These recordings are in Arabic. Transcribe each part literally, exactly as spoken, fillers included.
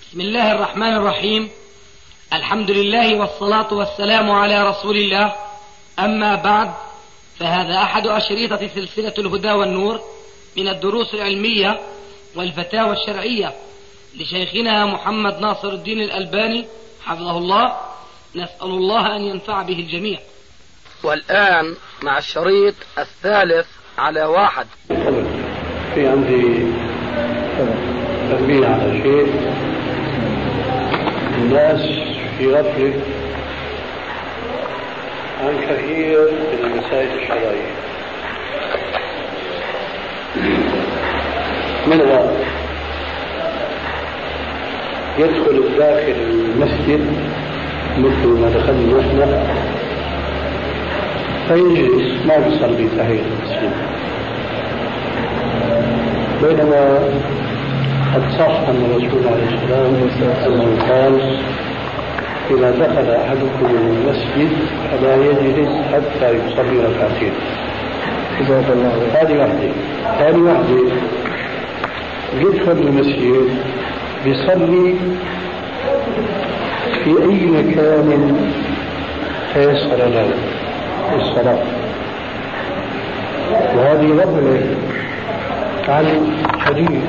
بسم الله الرحمن الرحيم. الحمد لله والصلاة والسلام على رسول الله. أما بعد، فهذا أحد أشريطة سلسلة الهدى والنور من الدروس العلمية والفتاوى الشرعية لشيخنا محمد ناصر الدين الألباني حفظه الله. نسأل الله أن ينفع به الجميع. والآن مع الشريط الثالث على واحد. في عندي تنبيه على شيء. الناس في غفلة عن كثير من المسائل الشرعية، منها يدخل داخل المسجد مثل ما دخلنا نحن فيجلس ما يصلي تحية المسجد، بينما قد صح أن الرسول عليه السلام أنه قال: إذا دخل أحدكم المسجد فلا يجلس حتى يصلي ركعتين. هذه واحدة. ثاني واحدة، يدخل المسجد يصلي في أي مكان تيسر له الصلاة، وهذه غفلة عن حديث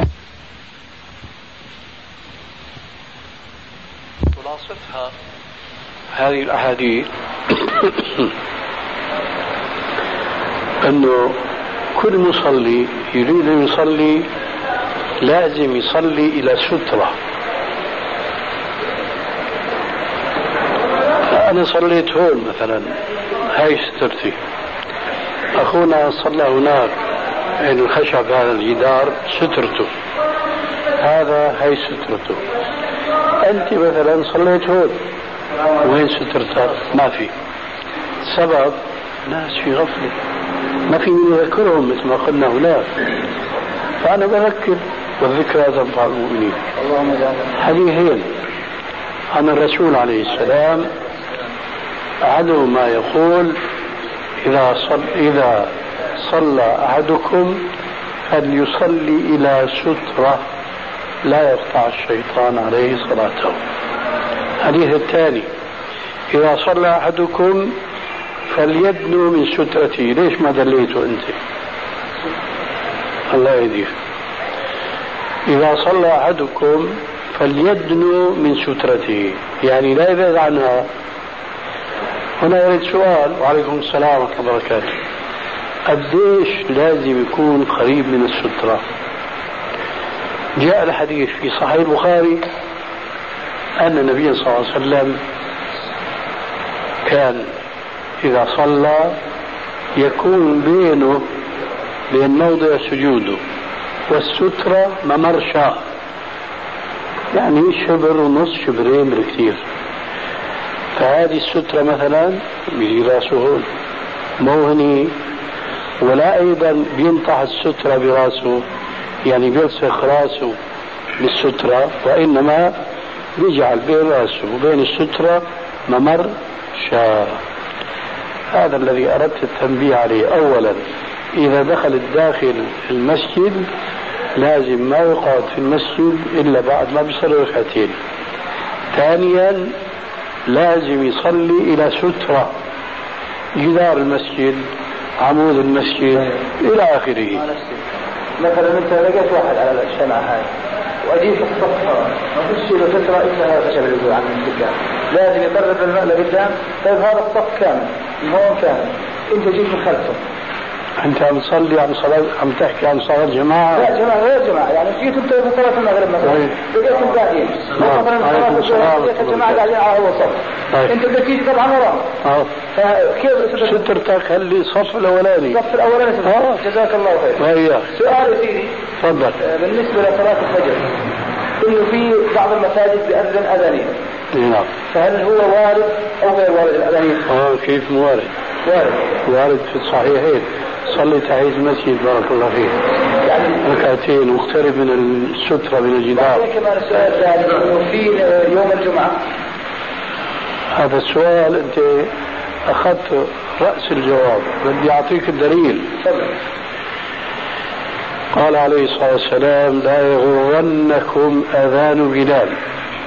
خلاصتها هذه الأحاديث أنه كل مصلي يريد أن يصلي لازم يصلي إلى سترة. أنا صليت هون مثلا، هاي سترتي، أخونا صلى هناك عند الخشب هذا الجدار سترته، هذا هاي سترته. أنت مثلا صليت هون، وين سترتك؟ ما في. سبب ناس في غفلة، ما في من يذكرهم مثل ما قلنا هناك. فأنا بذكر، والذكرى تنفع المؤمنين. حديثين عن الرسول عليه السلام، أحدهما يقول: إذا صل إذا صلى أحدكم فليصلي إلى سترة لا يقطع الشيطان عليه صلاته. الحديث الثاني: إذا صلى أحدكم فليدنو من سترته. ليش ما دليته أنت؟ الله يهديك. إذا صلى أحدكم فليدنو من سترته، يعني لا يبعد عنها. هنا يريد سؤال، وعليكم السلام ورحمة الله وبركاته، قديش لازم يكون قريب من السترة؟ جاء الحديث في صحيح البخاري أن النبي صلى الله عليه وسلم كان إذا صلى يكون بينه بين موضع سجوده والسترة ممر شاء، يعني شبر ونص، شبرين بالكثير. فهذه السترة مثلا بيجي راسه هون، مو هني، ولا أيضا بينطح السترة براسه، يعني بيلصق راسه بالسترة، وإنما بيجعل بين راسه وبين السترة ممر شاء. هذا الذي أردت التنبيه عليه. أولا، إذا دخل الداخل المسجد لازم ما يقعد في المسجد إلا بعد ما بيصلي ركعتين. ثانيا، لازم يصلي إلى سترة، جدار المسجد، عمود المسجد، إلى آخره. مثلا انت لقيت واحد على الشمعة هاي واجيب في الصفحة ما فيش له سترة الا هذا الخشب اللي عن السكان، لازم يقرب الماء لقدام. طيب هذا الصف كامل من هون كامل، انت جيت من خلفه. انت عم تصلي عم صلاة عم تحكي عن صلاة جماعة؟ لا جماعة غير جماعة، يعني جيت انت في صلاة المغرب مثلا لقيتهم قاعدين، مثلا صلاة الجماعة الجماعة قاعدين على اول صف، انت بدك تيجي طبعا وراه. فكيف سترتك هل الصف الاولاني؟ الصف الاولاني. جزاك الله خير. سؤال يا سيدي، تفضل. بالنسبة لصلاة الفجر، انه في بعض المساجد بيأذن اذانين، نعم، فهل هو وارد او غير وارد الاذانين؟ اه كيف وارد؟ وارد وارد في الصحيحين. صلي تحية المسجد بارك الله فيك يعني ركعتين واقترب من السترة من الجدار. كمان السؤال الثاني، انه في يوم الجمعة. هذا السؤال انت اخذت رأس الجواب، بدي اعطيك الدليل. قال عليه الصلاة والسلام: لا يغرنكم أذان بلال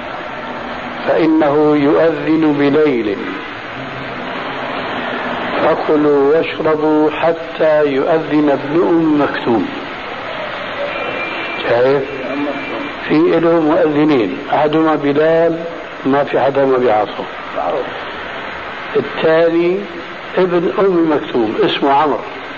فإنه يؤذن بليل فكلوا واشربوا حتى يؤذن ابن أم مكتوم. شايف؟ في له مؤذنين، أحدهما بلال ما في حدا ما بيعرفه، الثاني ابن أم مكتوم اسمه عمرو.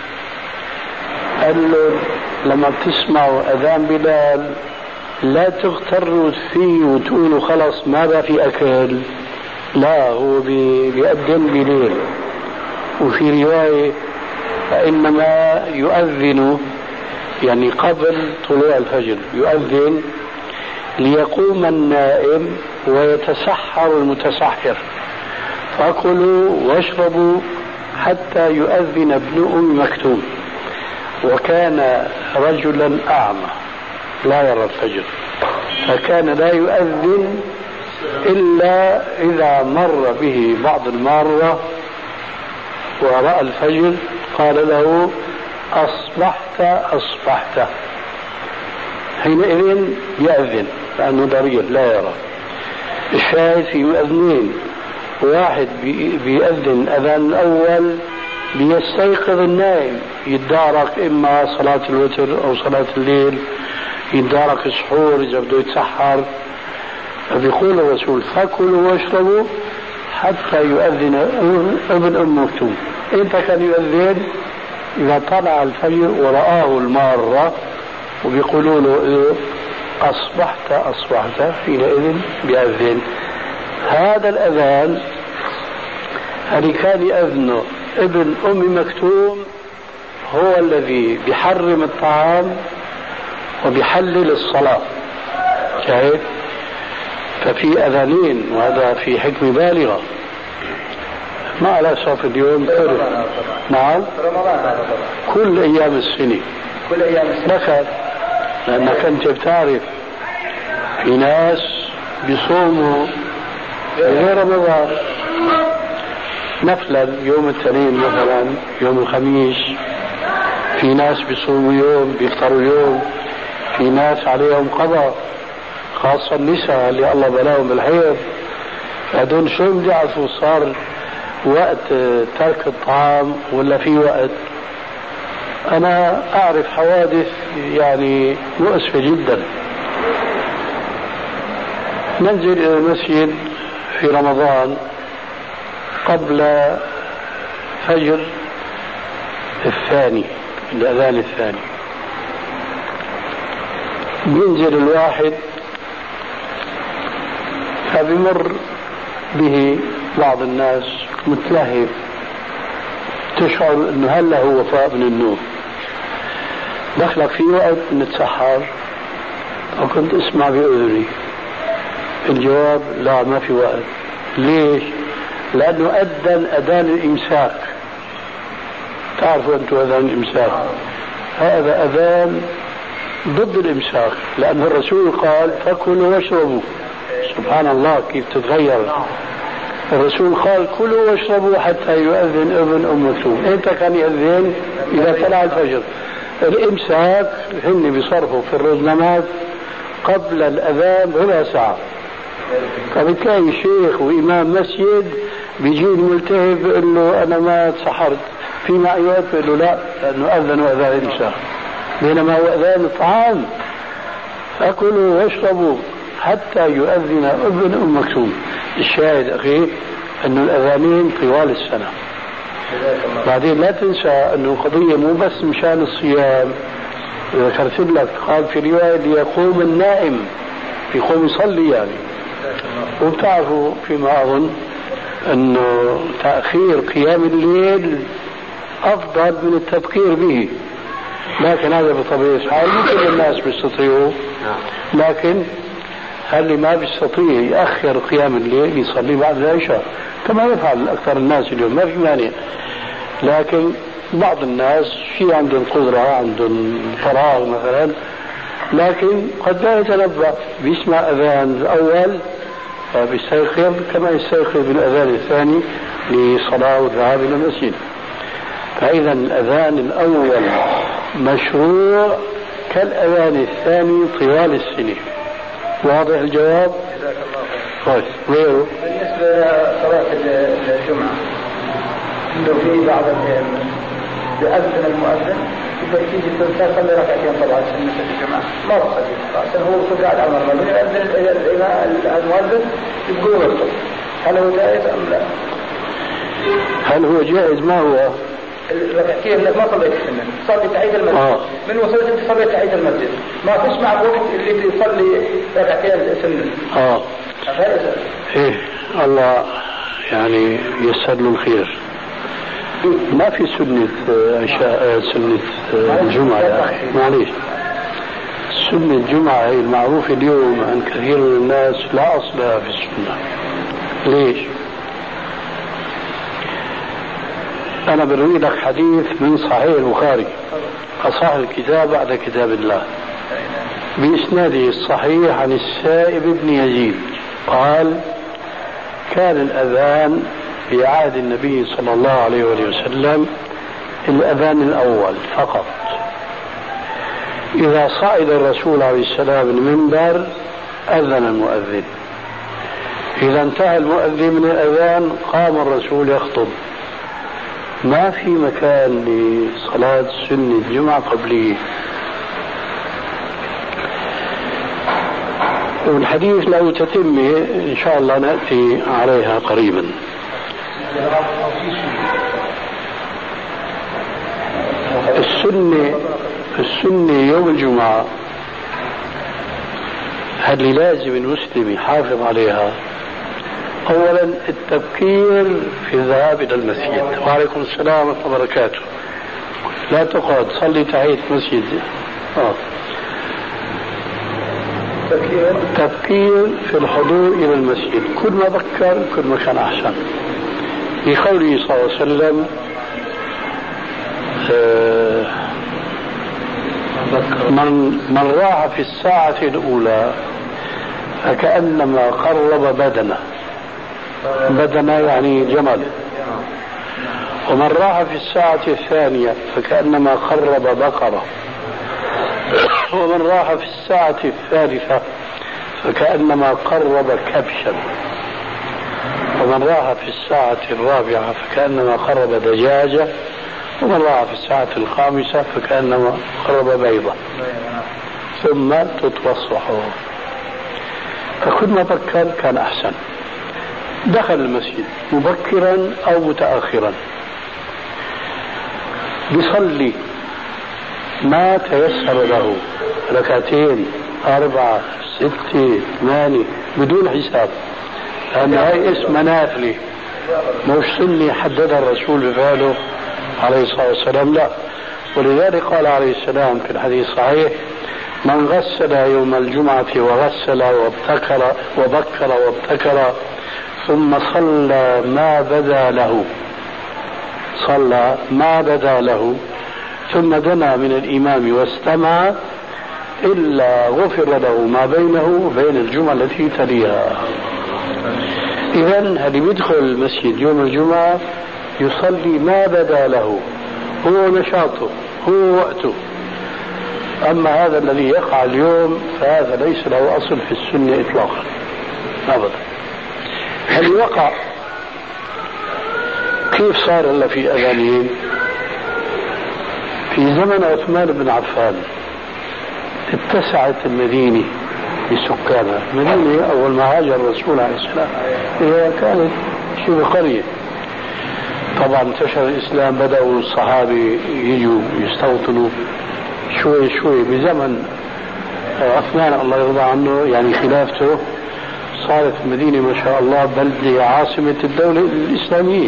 قال له لما بتسمعوا أذان بلال لا تغتروا فيه وتقولوا خلص ما بقى في أكل، لا، هو بيأذن بليل. وفي رواية فإنما يؤذن يعني قبل طلوع الفجر، يؤذن ليقوم النائم ويتسحر المتسحر، فكلوا واشربوا حتى يؤذن ابن أم مكتوم. وكان رجلا أعمى لا يرى الفجر، فكان لا يؤذن إلا إذا مر به بعض المارة ورأى الفجر قال له أصبحت أصبحت، حينئذ يأذن لأنه ضرير لا يرى. الشاهد في مؤذنين، واحد بيأذن أذان الأول ليستيقظ النائم، يتدارك إما صلاة الوتر أو صلاة الليل، يتدارك السحور إذا بده يتسحر. فبيقول الرسول فكلوا واشربوا حتى يؤذن ابن أم مكتوم. إمتى كان يؤذن؟ إذا طلع الفجر ورآه المارة وبيقولوا له أصبحت أصبحت، حينئذ بيأذن. هذا الأذان اللي كان يأذنه ابن أم مكتوم هو الذي بيحرم الطعام وبيحلل الصلاة. شايف؟ ففي أذانين، وهذا في حكمة بالغة ما على صف اليوم تعرف. نعم، كل أيام السنة، كل أيام السنة. لك لأنك أنت بتعرف في ناس بيصوموا غير رمضان، نفلا يوم الاثنين مثلا، يوم الخميس، في ناس بيصوموا يوم بيفطروا يوم، في ناس عليهم قضاء، خاصة النساء اللي الله بلاهم بالحيض، هذول شو بيعرفوا صار وقت ترك الطعام ولا في وقت. أنا أعرف حوادث يعني مؤسفة جدا. ننزل إلى المسجد في رمضان قبل فجر الثاني، الأذان الثاني، بينزل الواحد فبمر به بعض الناس متلهف، تشعر انه هلا هو وفاء من النوم. دخلك في وقت نتسحر وكنت اسمع بأذني الجواب لا ما في وقت. ليش؟ لأنه أذن أذان الإمساك. تعرفوا أنتم أذان الإمساك؟ هذا أذان ضد الإمساك، لأن الرسول قال فكلوا واشربوا. سبحان الله كيف تتغير. الرسول قال كلوا واشربوا حتى يؤذن ابن أم مكتوم. إمتى كان يؤذن؟ إذا طلع الفجر. الإمساك هن بيصرفوا في الرزنامات قبل الأذان بربع ساعة. فبتلاقي شيخ وإمام مسجد بيجي الملتهب بيقول له أنا ما تسحرت في معي وقت، بيقول له لا لأنه أذن أذان الإمساك، بينما هو أذان الطعام. فكلوا واشربوا حتى يؤذن ابن أم مكتوم. الشاهد أخي أن الأذانين طوال السنة. بعدين لا تنسى أنه قضية مو بس مشان الصيام. ذكرت لك قال في رواية ليقوم النائم، يقوم يصلي يعني. وبتعرفوا فيما أظن أنه تأخير قيام الليل أفضل من التبكير به، لكن هذا بطبيعة الحال مو كل الناس بيستطيعوا، لكن اللي ما بيستطيع يأخر قيام الليل يصلي بعد العشاء كما يفعل أكثر الناس اليوم، ما في مانع. لكن بعض الناس في عندهم قدرة، عندهم فراغ مثلا، لكن قد لا يتنبأ، بيسمع أذان الأول فبيستيقظ كما يستيقظ بالأذان الثاني لصلاة والذهاب إلى المسجد. فإذا الأذان الأول مشروع كالأذان الثاني طوال السنة. واضح الجواب؟ طيب غيره بالنسبة لصلاة الجمعة إنه في بعض الأئمة بأذن المؤذن إذا تيجي الإنسان صلي ركعتين طبعا سنة الجمعة ما رخص عشان هو وصل قاعد على المرمى يأذن المؤذن يقول وصل هل هو جائز أم لا؟ هل هو جائز؟ ما هو؟ الركعتين انك ما صليت السنة صلي تحية المسجد آه. من وصلت انت صليت تحية المسجد ما تسمع بوقت اللي بيصلي ركعتين السنة اه ايه الله يعني يسر له الخير. ما في سنة عشاء سنة الجمعة يا أخي معليش. سنة الجمعة هي المعروفة اليوم عن كثير من الناس لا أصل لها في السنة. ليش؟ أنا بروي لك حديث من صحيح البخاري أصح الكتاب بعد كتاب الله بإسناده الصحيح عن السائب بن يزيد قال كان الأذان في عهد النبي صلى الله عليه وسلم الأذان الأول فقط. إذا صعد الرسول عليه السلام المنبر أذن المؤذن. إذا انتهى المؤذن من الأذان قام الرسول يخطب. ما في مكان لصلاة سنة الجمعة قبليه. والحديث له تتمة إن شاء الله نأتي عليها قريبا. السنة السنة يوم الجمعة هل لازم المسلم يحافظ عليها؟ أولا التبكير في الذهاب إلى المسجد. وعليكم السلام ورحمة الله وبركاته. لا تقعد صلي تحية مسجد. آه. التبكير في الحضور إلى المسجد كل ما بكر كل ما كان أحسن. في قوله صلى الله عليه وسلم آه من, من راح في الساعة الأولى فكأنما قرب بدنه. بدنه يعني جمل. ومن راح في الساعة الثانية فكأنما قرب بقرة. ومن راح في الساعة الثالثة فكأنما قرب كبشا. ومن راح في الساعة الرابعة فكأنما قرب دجاجة. ومن راح في الساعة الخامسة فكأنما قرب بيضة. ثم تتوسحوا. فكل ما بكر كان أحسن. دخل المسجد مبكرا أو متأخرا بيصلي ما تيسر له ركعتين أربعة ستة ثمانية بدون حساب لأن هاي اسمها نافلة مش سنة حددها الرسول بفعله عليه الصلاة والسلام. لا. ولذلك قال عليه السلام في الحديث الصحيح من غسل يوم الجمعة وغسل وابتكر وبكر وابتكر ثم صلى ما بدا له صلى ما بدا له ثم دنا من الإمام واستمع إلا غفر له ما بينه وبين الجمعة التي تليها. إذن اللي بيدخل المسجد يوم الجمعة يصلي ما بدا له هو نشاطه هو وقته. أما هذا الذي يقع اليوم فهذا ليس له أصل في السنة إطلاقا أبدا. هل وقع كيف صار هلا في أذانين؟ في زمن عثمان بن عفان اتسعت المدينة بسكانها. المدينة أول ما هاجر الرسول عليه السلام هي كانت شبه قرية. طبعا انتشر الإسلام بدأوا الصحابة يجوا يستوطنوا شوي شوي. بزمن عثمان الله يرضى عنه يعني خلافته صارت المدينة ما شاء الله بلدة عاصمة الدولة الإسلامية.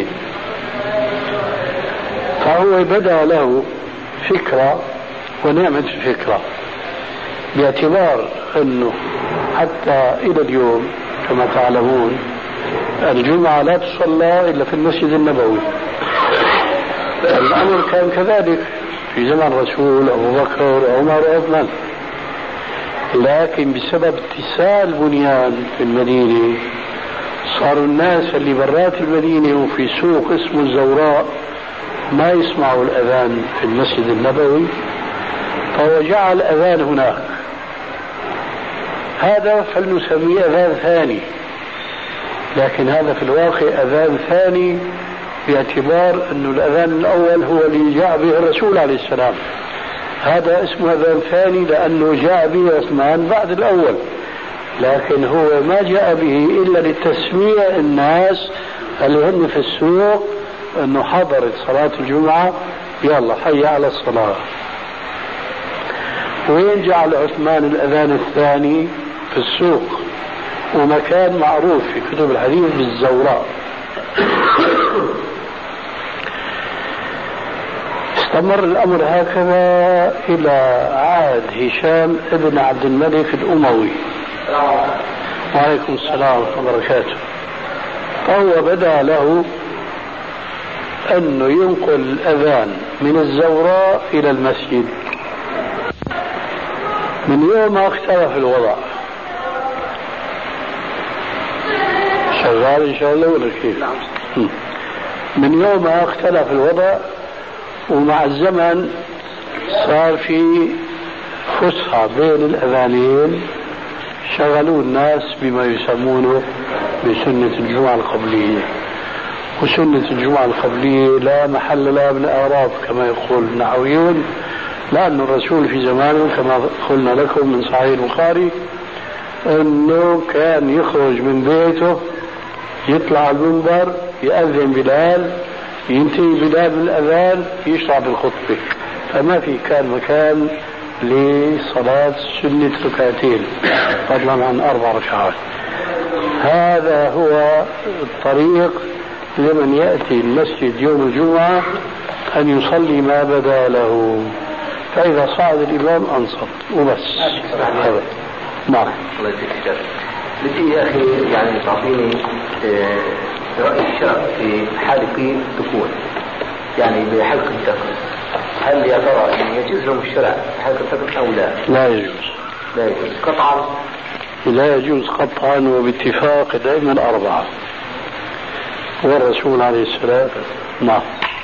فهو بدأ له فكرة ونعمة الفكرة باعتبار أنه حتى إلى اليوم كما تعلمون الجمعة لا تصلى إلا في المسجد النبوي. الأمر كان كذلك في زمن الرسول أبو بكر وعمر وعثمان. لكن بسبب اتساع البنيان في المدينة صاروا الناس اللي برات المدينة وفي سوق اسمه الزوراء ما يسمعوا الأذان في المسجد النبوي فوجع الأذان هناك. هذا فلنسميه أذان ثاني لكن هذا في الواقع أذان ثاني باعتبار أن الأذان الأول هو اللي جاء به الرسول عليه السلام. هذا اسمه أذان ثاني لأنه جاء به عثمان بعد الأول، لكن هو ما جاء به إلا لتسميع الناس اللي هم في السوق أنه حضرت صلاة الجمعة، يلا حي على الصلاة. وين جعل عثمان الأذان الثاني؟ في السوق، ومكان معروف في كتب الحديث بالزوراء. استمر الأمر هكذا إلى عهد هشام ابن عبد الملك الأموي. وعليكم السلام ورحمة الله وبركاته. فهو بدأ له أنه ينقل الأذان من الزوراء إلى المسجد. من يوم ما اختلف الوضع شغال إن شاء الله ولا كيف؟ من يوم ما اختلف الوضع ومع الزمن صار في فسحة بين الأذانين، شغلوا الناس بما يسمونه بسنة الجمعة القبلية. وسنة الجمعة القبلية لا محل لها من الأعراب كما يقول النحويون، لأن الرسول في زمانه كما قلنا لكم من صحيح البخاري أنه كان يخرج من بيته يطلع المنبر يأذن بلال، ينتهي بلال من الأذان يشرع بالخطبة، فما في كان مكان لصلاة سنة ركعتين فضلا عن أربع ركعات. هذا هو الطريق لمن يأتي المسجد يوم الجمعة أن يصلي ما بدا له، فإذا صعد الإمام أنصت وبس. هذا نعم. الله يجزيك. بدي يا أخي يعني تعطيني رأي الشرع في حلق الذكور، يعني بحلق الذكر، هل يا ترى يعني يجوز لهم الشرع حلق الذكر أو لا؟ لا يجوز. لا يجوز قطعا. لا يجوز قطعا وباتفاق الأئمة الأربعة والرسول عليه السلام. نعم.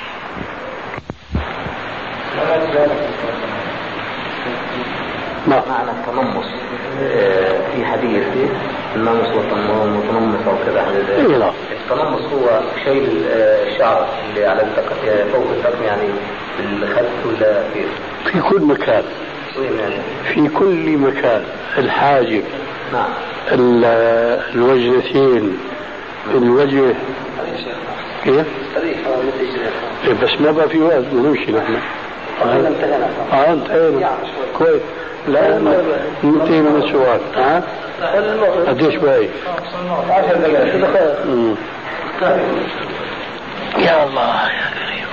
معنى التنمص في حديث النمص والتنمص او كذا. التنمص هو شيء الشعر اللي على الذقن فوق الذقن يعني بالخلف ولا كيف؟ في كل مكان. يعني؟ في كل مكان، الحاجب. نعم. الوجهتين، الوجه. كيف؟ بس ما بقى في وقت نمشي نحن. اه انتهينا. كويس. لا ننتهي من السؤال. ها؟ قديش باقي؟ عشر دقائق. يا الله يا كريم.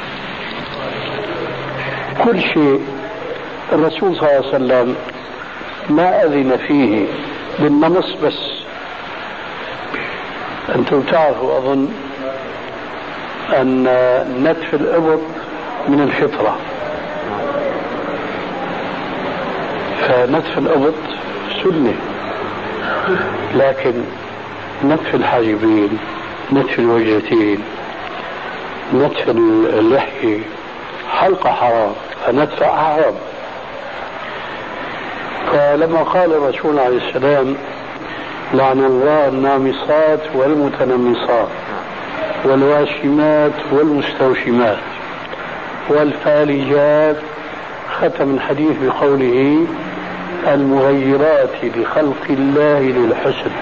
كل شيء الرسول صلى الله عليه وسلم ما أذن فيه بالنمص بس. أنتم تعرفوا أظن أن نتف الإبط من الفطرة، فنتف الإبط سنة، لكن نتف الحاجبين، نتف الوجهتين، نتف اللحية، حلقة حرام، فنتف حرام. فلما قال الرسول عليه السلام لعن الله النامصات والمتنمصات والواشمات والمستوشمات والفالجات، ختم الحديث بقوله المغيرات لخلق الله للحسن.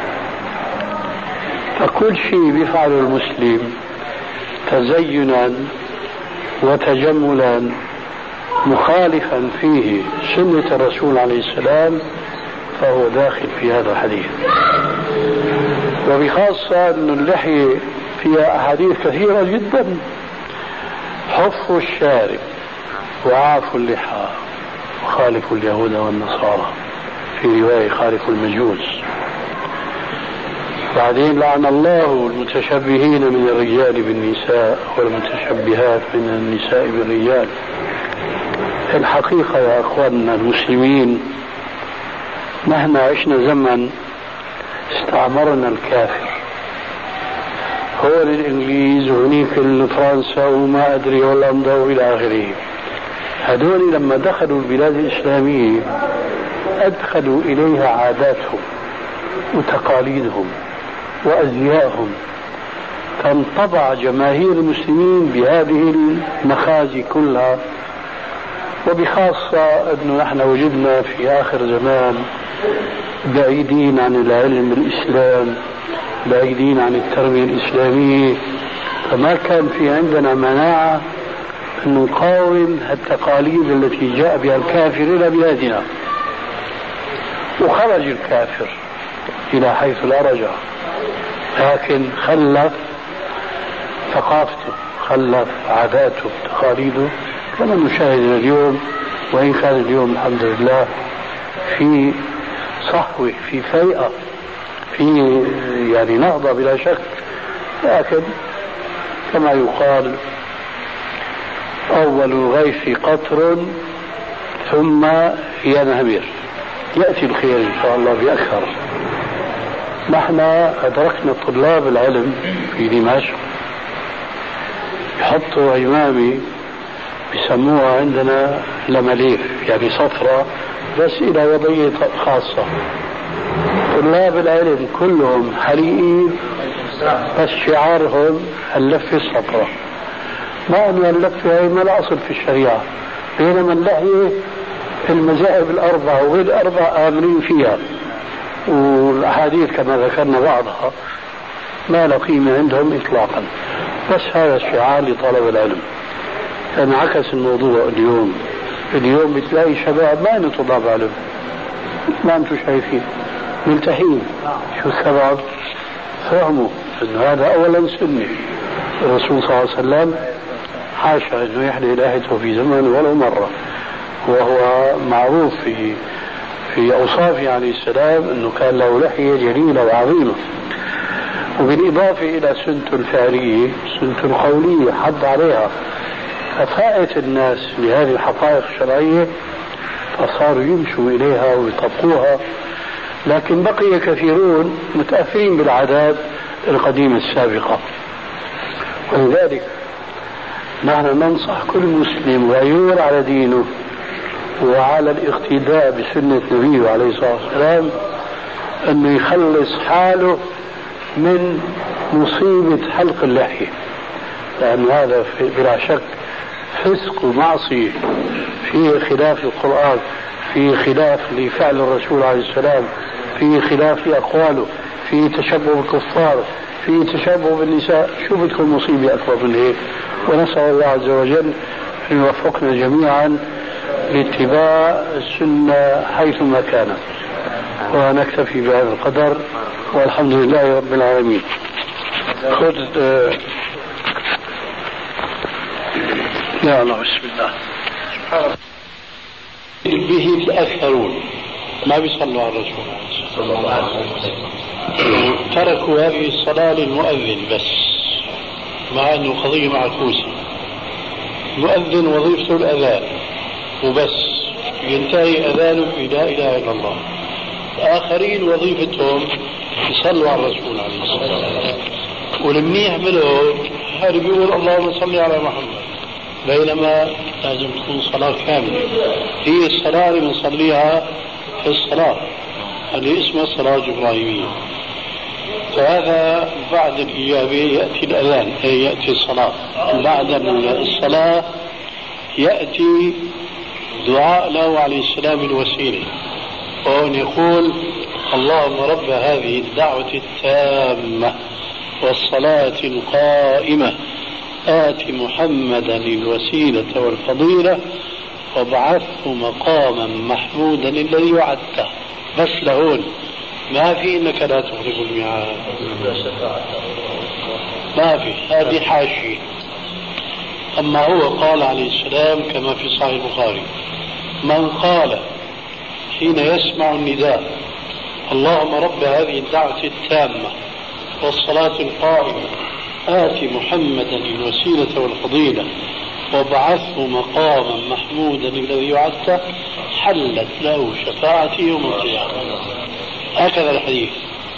فكل شيء بيفعله المسلم تزينا وتجملا مخالفا فيه سنة الرسول عليه السلام فهو داخل في هذا الحديث. وبخاصة أن اللحية فيها أحاديث كثيرة جدا: حفوا الشارب وعافوا اللحى وخالفوا اليهود والنصارى، في رواية خالفوا المجوس. بعدين لعن الله المتشبهين من الرجال بالنساء والمتشبهات من النساء بالرجال. الحقيقة يا أخواننا المسلمين نحن عشنا زمن استعمرنا الكافر، هو الإنجليز وهنيك فرنسا وما أدري هولندا وإلى آخره. هذول لما دخلوا البلاد الإسلامية أدخلوا إليها عاداتهم وتقاليدهم وأزيائهم تنطبع جماهير المسلمين بهذه المخازي كلها. وبخاصة أنه نحن وجدنا في آخر زمان بعيدين عن العلم الإسلام، بعيدين عن التربية الإسلامية، فما كان في عندنا مناعة أن نقاوم التقاليد التي جاء بها الكافر إلى بلادنا. وخرج الكافر إلى حيث لا رجع، لكن خلف ثقافته، خلف عاداته، تقاليده، كما نشاهد اليوم. وإن كان اليوم الحمد لله في صحوة، في فيئة، في يعني نهضة بلا شك، لكن كما يقال أول الغيث قطر ثم ينهمر، يأتي الخير إن شاء الله بأكثر. نحن أدركنا طلاب العلم في دمشق يحطوا عمامي بسموها عندنا لمليف، يعني صفرة بس إلى وضعية خاصة. طلاب العلم كلهم حليقين بس شعارهم اللفة الصفراء، مع أن اللفة هي ما الأصل في الشريعة، بينما اللحية المذاهب الأربعة وغير الأربعة آمنين فيها، والأحاديث كما ذكرنا بعضها ما لا قيمة عندهم إطلاقا. بس هذا الشعار لطلب العلم. انعكس الموضوع اليوم. اليوم بتلاقي شباب ما انه طلاب علم، ما انتم شايفين ملتحين. شو السبب؟ فهموا انه هذا اولا سنة الرسول صلى الله عليه وسلم حاشا انه يحلي لحيته في زمن ولو مرة، وهو معروف في في اوصافه عليه السلام انه كان له لحية جليلة وعظيمة. وبالإضافة إلى سنته الفعلية سنته القولية حض عليها، ففاءت الناس لهذه الحقائق الشرعية فصاروا يمشوا إليها ويطبقوها. لكن بقي كثيرون متأثرين بالعادات القديمة السابقة. ولذلك نحن ننصح كل مسلم غيور على دينه وعلى الاقتداء بسنة نبيه عليه الصلاة والسلام أنه يخلص حاله من مصيبة حلق اللحية، لأن هذا بلا شك فسق ومعصية، فيه خلاف القرآن، فيه خلاف لفعل الرسول عليه السلام، فيه خلاف لأقواله، فيه تشبه بالكفار، فيه تشبه بالنساء. شو بدكم مصيبة أكبر من هيك؟ ونسأل الله عز وجل أن يوفقنا جميعا لاتباع السنة حيثما كانت. ونكتفي بهذا القدر والحمد لله رب العالمين. خذ لا لا بسم الله. به الأكثرون ما بيصلوا على الرسول صلى الله عليه وسلم، تركوا هذه الصلاة للمؤذن بس، مع أنه قضية معكوسة. المؤذن وظيفته الأذان وبس، ينتهي أذانه بلا إله إلا الله. الآخرين وظيفتهم يصلوا على الرسول عليه الصلاة والسلام. والمنيح منهم هذا بيقول اللهم صل على محمد، بينما لازم تكون صلاة كاملة. هي الصلاة اللي بنصليها في الصلاة اللي اسمها الصلاة الإبراهيمية. فهذا بعد الإجابة يأتي الأذان، أي يأتي الصلاة. بعد الصلاة يأتي دعاء له عليه السلام الوسيلة، وأن يقول اللهم رب هذه الدعوة التامة والصلاة القائمة آت محمدا الوسيلة والفضيلة وابعثه مقاما محمودا الذي وعدته. بس لهون ما في إنك لا تخلف الميعاد، ما في، هذه حاشية. أما هو قال عليه السلام كما في صحيح البخاري: من قال حين يسمع النداء اللهم رب هذه الدعوة التامة والصلاة القائمة آت محمدا الوسيلة والفضيلة وابعثه مقاما محمودا الذي وعدته حلت له شفاعتي يوم القيامة. هكذا الحديث.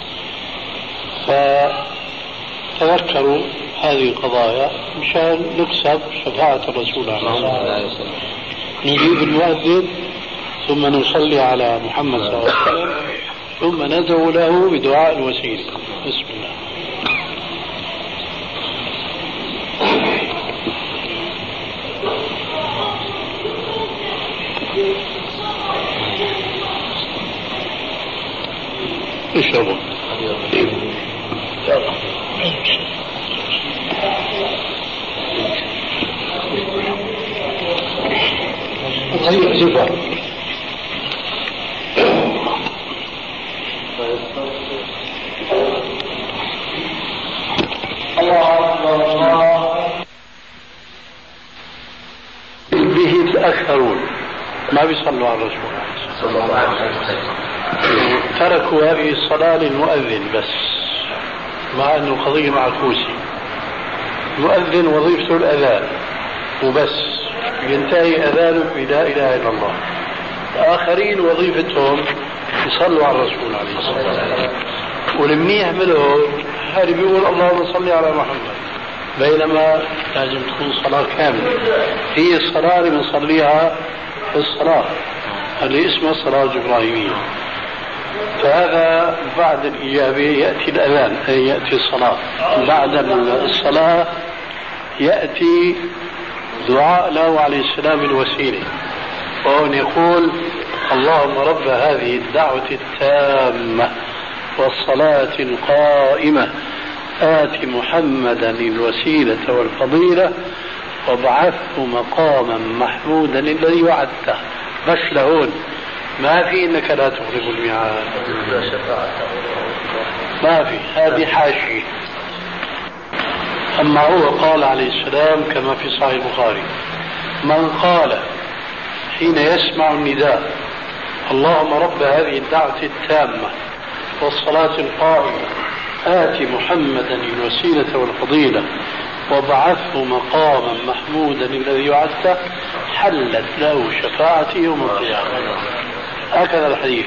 فتذكروا هذه القضايا مشان نكسب شفاعة الرسول عليه الصلاة والسلام. نجيب المؤذن ثم نصلي على محمد صلى الله عليه وسلم ثم ندعو له بدعاء الوسيلة. بسم الله. اشربوا. غير صفة. به الأكثرون ما بيصلوا على الرسول صلى الله عليه وسلم، تركوا هذه الصلاة للمؤذن بس، مع أنه قضية معكوسة. المؤذن وظيفته الأذان وبس، ينتهي أذانه بلا إله إلا الله. الآخرين وظيفتهم يصلوا على الرسول عليه الصلاة والسلام، والمنيح منهم هذا بيقول اللهم صل على محمد، بينما لازم تكون صلاة كاملة. هي الصلاة اللي بنصليها في الصلاة اللي اسمها الصلاة الإبراهيمية. فهذا بعد الإجابة يأتي الأذان، أي يأتي الصلاة. بعد الصلاة يأتي دعاء له عليه السلام الوسيلة، وهو يقول اللهم رب هذه الدعوة التامة والصلاة القائمة آت محمدا الوسيلة والفضيلة وابعثه مقاما محمودا الذي وعدته. بس لهون ما في انك لا تخلف الميعاد، ما في، هذه حاشية. اما هو قال عليه السلام كما في صحيح البخاري: من قال حين يسمع النداء اللهم رب هذه الدعوة التامة والصلاة القائمة آت محمدا الوسيلة والفضيلة وابعثه مقاما محمودا الذي وعدته حلت له شفاعتي يوم القيامة. هكذا الحديث.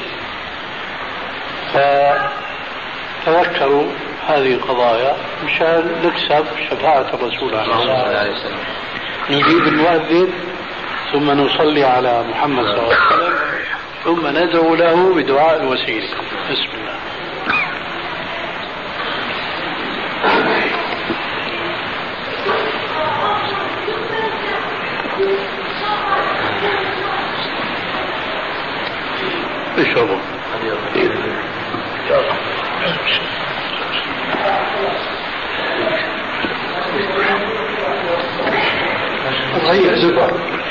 فتذكروا هذه القضايا مشان نكسب شفاعة الرسول عليه الصلاة والسلام. نجيب المؤذن ثم نصلي على محمد صلى الله عليه وسلم ثم ندعو له بدعاء الوسيلة. بسم الله. اشربوا. غير زبر.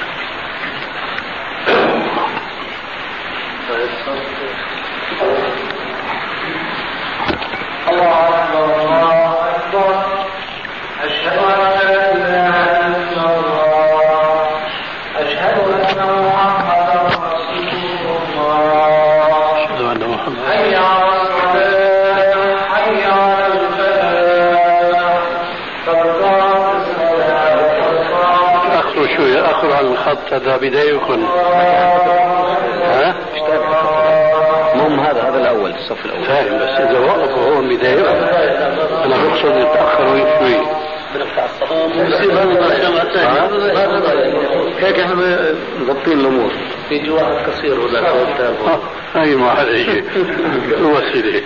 الله أكبر الله أكبر أشهد أن لا إله إلا الله أشهد أن محمدا رسول الله أشهد أن محمدا حي على الصلاة حي على الفلاح قد قامت الصلاة أخروا شوية أخروا على الخط هذا بدايكم. ها؟ مهم هذا هذا الأول الصف الأول فاهم، بس إذا وقفوا هو بداية أنا بقصد يتأخروا شوي. هيك احنا مضبطين الأمور. يجي واحد قصير ولا أي ما حدا يجي وسيلة.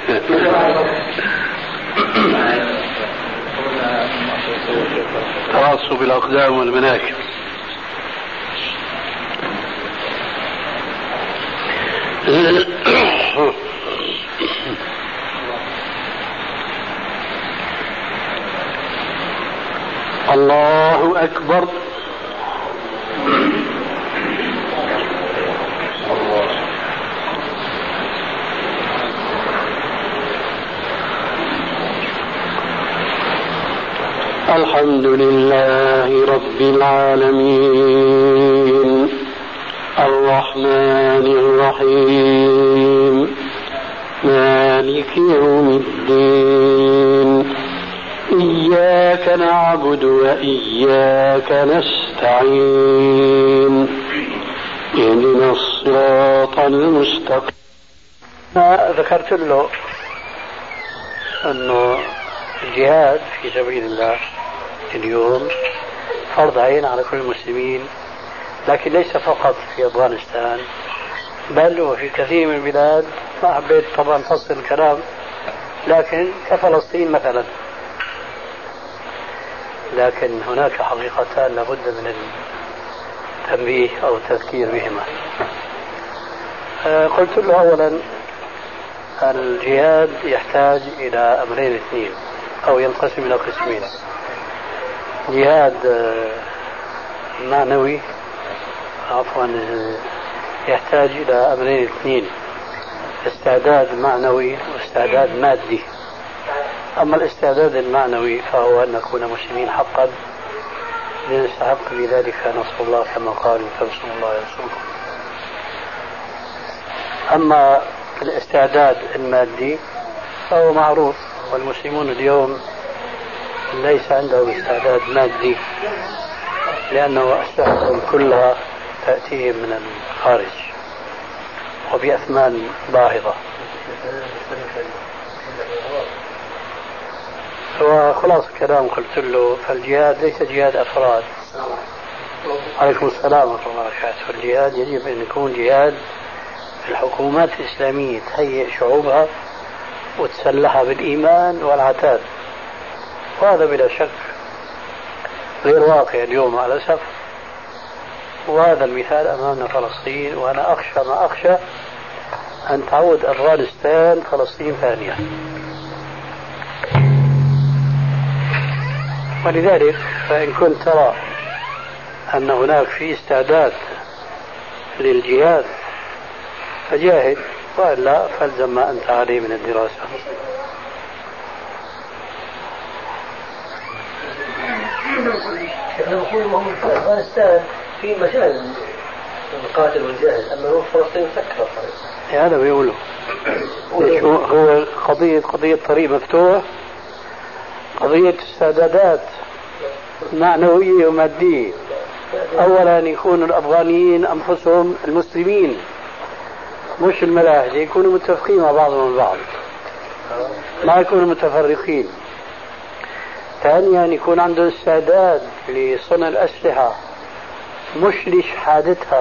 تواصوا بالأقدام والمناكب. الله أكبر. الحمد لله رب العالمين الرحمن الرحيم مالك يوم الدين إياك نعبد وإياك نستعين اهدنا الصراط المستقيم. ذكرت له أنه الجهاد في سبيل الله اليوم فرض عين على كل المسلمين، لكن ليس فقط في أفغانستان بل وفي كثير من البلاد ما حبيت طبعا فصل الكلام، لكن كفلسطين مثلا. لكن هناك حقيقتان لابد من التنبيه أو التذكير بهما. قلت له أولا الجهاد يحتاج إلى أمرين اثنين أو ينقسم إلى قسمين: جهاد معنوي عفوا يحتاج إلى أمرين اثنين: استعداد معنوي واستعداد مادي. أما الاستعداد المعنوي فهو أن نكون مسلمين حقا لنستحق بذلك نصر الله كما قال تنصروا الله ينصركم. أما الاستعداد المادي فهو معروف، والمسلمون اليوم ليس عندهم استعداد مادي لأنه أسلحتهم كلها تأتيهم من الخارج وبأثمان باهظة. وخلاص الكلام قلت له فالجهاد ليس جهاد أفراد. عليكم السلام ورحمة الله وبركاته. الجهاد يجب أن يكون جهاد الحكومات الإسلامية تهيئ شعوبها وتسلحها بالإيمان والعتاد، وهذا بلا شك غير واقع اليوم مع الأسف. وهذا المثال أمامنا فلسطين، وأنا أخشى ما أخشى أن تعود أفغانستان فلسطين ثانية. ولذلك فإن كنت ترى أن هناك في استعداد للجهاد فجاهد، وإلا فالزم ما أنت عليه من الدراسة. احنا نقول هم في أفغانستان في مجال القاتل والجاهد، أما هو فلسطين مسكرة الطريق. هذا بيقولوا هو قضية قضية طريق مفتوح، قضية استعدادات معنوية ومادية. أولا يكون الأفغانيين أنفسهم المسلمين مش الملاحدة يكونوا متفقين مع بعضهم البعض، ما يكونوا متفرقين. ثانيا يكون عنده استعداد لصنع الأسلحة مش لشحادتها.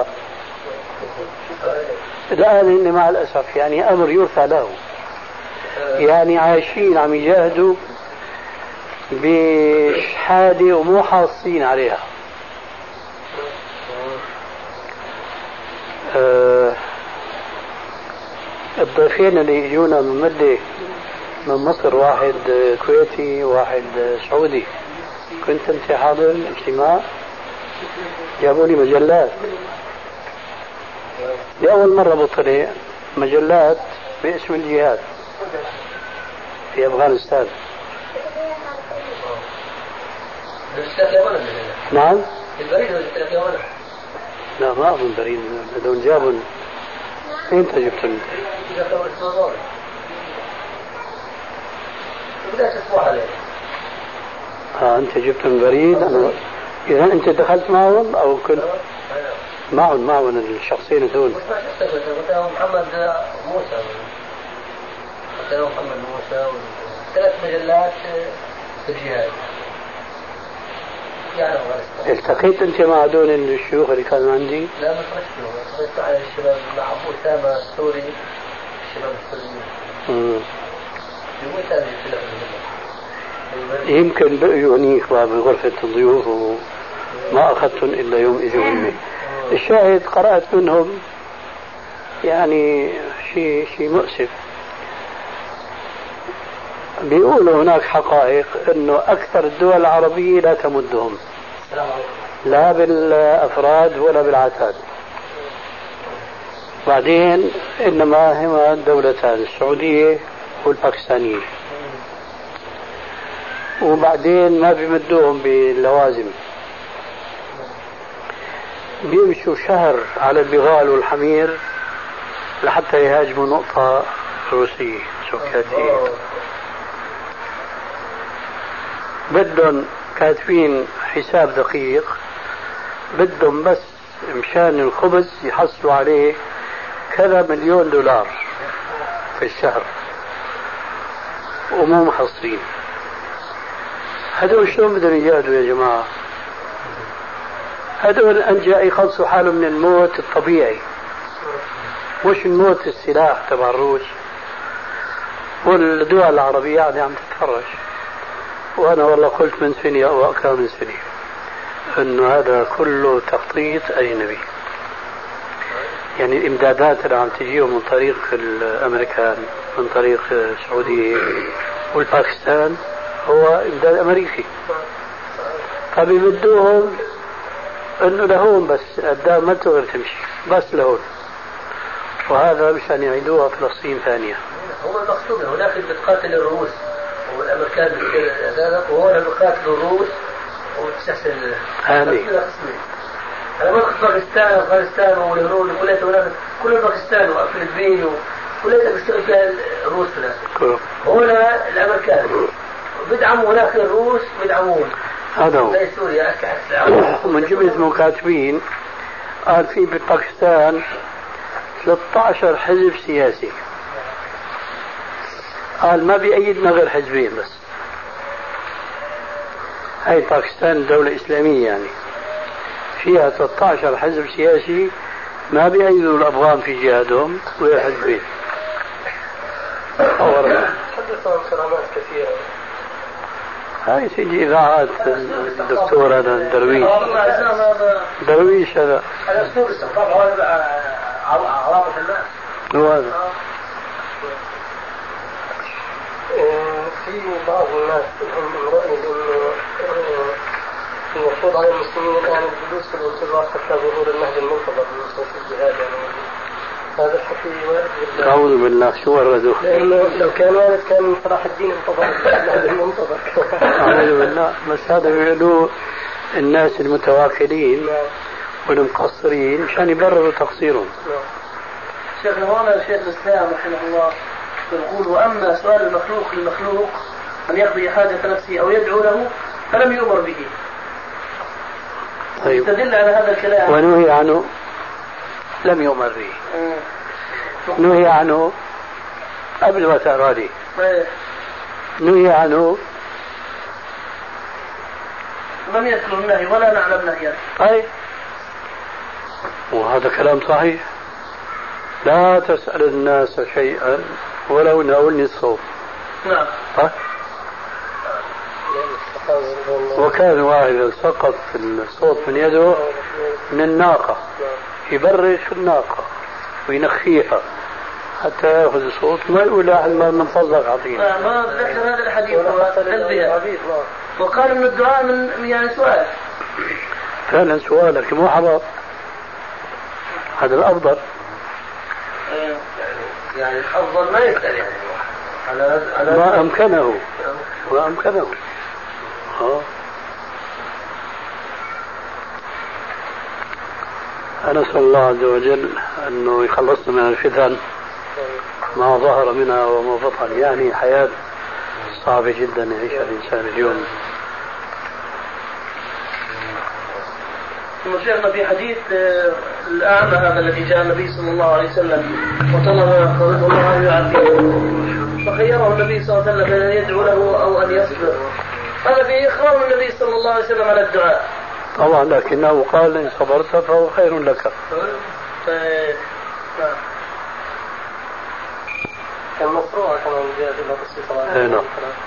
الآن إن مع الأسف يعني أمر يرثى له، يعني عايشين عم يجاهدوا بشحادة ومو حاصين عليها. أه الضيفين اللي يجونا من مدة من مصر، واحد كويتي واحد سعودي، كنت انت حاضر الاجتماع، جابوا لي مجلات لأول مرة بطلع مجلات باسم الجهاد في أفغانستان. نعم لا ما أظن بريد، هذول جابوا. انت جبتهم اه انت جبتهم بريد. أنا اذا انت دخلت معهم او كنت معهم معهم الشخصين هذول؟ محمد موسى محمد موسى ثلاث مجلات في الجهاد. التقيت انت مع هذول الشيوخ اللي كانوا عندي؟ لا ما تقيت على الشباب مع ابو اسامه السوري، الشباب السوريين. يمكن بقيوا هنيك بغرفة الضيوف وما أخذتهم إلا يوم إجوا مني. الشاهد قرأت منهم يعني شيء شيء مؤسف. بيقولوا هناك حقائق إنه أكثر الدول العربية لا تمدهم لا بالأفراد ولا بالعتاد. بعدين إنما هما الدولتان السعودية والباكستانية، وبعدين ما بيمدوهم باللوازم، بيمشوا شهر على البغال والحمير لحتى يهاجموا نقطة روسية سوفيتية. بدهم كاتبين حساب دقيق، بدهم بس مشان الخبز يحصلوا عليه كذا مليون دولار في الشهر ومو محصلين. هذول شلون بدهم يجاهدوا يا جماعة؟ هذول أنجا يخلصوا حالهم من الموت الطبيعي. مش نموت السلاح تبع الروس والدول العربية يعني عم تتفرج. وأنا والله قلت من سنة أو أكثر من سنة أنه هذا كله تخطيط أجنبي. يعني الإمدادات اللي عم تجيهم من طريق الأمريكان من طريق السعودية والباكستان هو إمداد أمريكي. فبيمدوهم أنه لهون بس قدام ما تقدر تمشي بس لهون. وهذا مشان يعيدوها فلسطين ثانية. هو المقصود هناك بتقاتل الروس والامريكان بذلك وهنا بقاتلوا الروس وتستحسن هذه انا ما كنت باكستان وافغانستان والهنود وكلها هناك كل باكستان وفلبين وكلها بيشتغل فيها الروس هناك. هنا الامريكان بدعموا هناك الروس بدعمون هذا هو. زي سوريا من جملة مكاتبين قال في بباكستان ثلاثة عشر حزب سياسي. قال ما بيأيدنا غير حزبين بس. هاي باكستان دولة إسلامية يعني فيها ثلاثة عشر حزب سياسي ما بيأيدوا الأفغان في جهادهم غير حزبين. حدثوا عن كرامات كثيرة. هاي تيجي إذاعات الدكتور هذا درويش درويش هذا هذا أسلوب استخفاف عواطف الناس. هو هذا. في بعض الناس هم رأي إنه المفروض على المسلمين الآن الجلوس في الانتظار حتى ظهور النهج المنتظر من نصوص الجهاد. يعني هذا الحكي وارد. أعوذ بالله شو وردوه؟ لأنه لو كان وارد كان صلاح الدين انتظر النهج المنتظر. أعوذ بالله. بس هذا بيقولوا الناس المتواكلين والمقصرين مشان يبرروا تقصيرهم. شيخنا هنا شيخ الإسلام رحمه الله يقول وأما سؤال المخلوق للمخلوق أن يقضي حاجة نفسه أو يدعو له فلم يؤمر به. طيب. يستدل على هذا الكلام. ونهي عنه لم يؤمر به. نهي عنه قبل ما تقرأ لي. نهي عنه لم يذكر النهي ولا نعلم نهيا. طيب وهذا كلام صحيح. لا تسأل الناس شيئا ولو ناولني الصوت. نعم. طيب. وكان واحد سقط في الصوت من يده من الناقة يبرش في الناقة وينخيها حتى يأخذ الصوت ما يقول أحد ما من فضلك عطينا. ما ذكر هذا الحديث وقال إن الدعاء من يعني سؤال. فعلا سؤال لكن مو حرام. هذا الأفضل. يعني الأفضل ما يسأل يعني على على ما أمكنه ما أمكنه. ها أنا أسأل الله عز وجل أنه يخلصنا من الفتن ما ظهر منها وما بطن. يعني حياة صعبة جدا يعيشها الإنسان اليوم. شيخنا في حديث الأعمى هذا الذي جاء النبي صلى الله عليه وسلم وطلب رضي الله عنه يعافيه فخيره النبي صلى الله عليه وسلم أن يدعو له أو أن يصبر. هذا فيه إخبار النبي صلى الله عليه وسلم على الدعاء. طبعا لكنه قال إن صبرت فهو خير لك. كان مشروع كمان جاء في الرسول صلى الله عليه وسلم.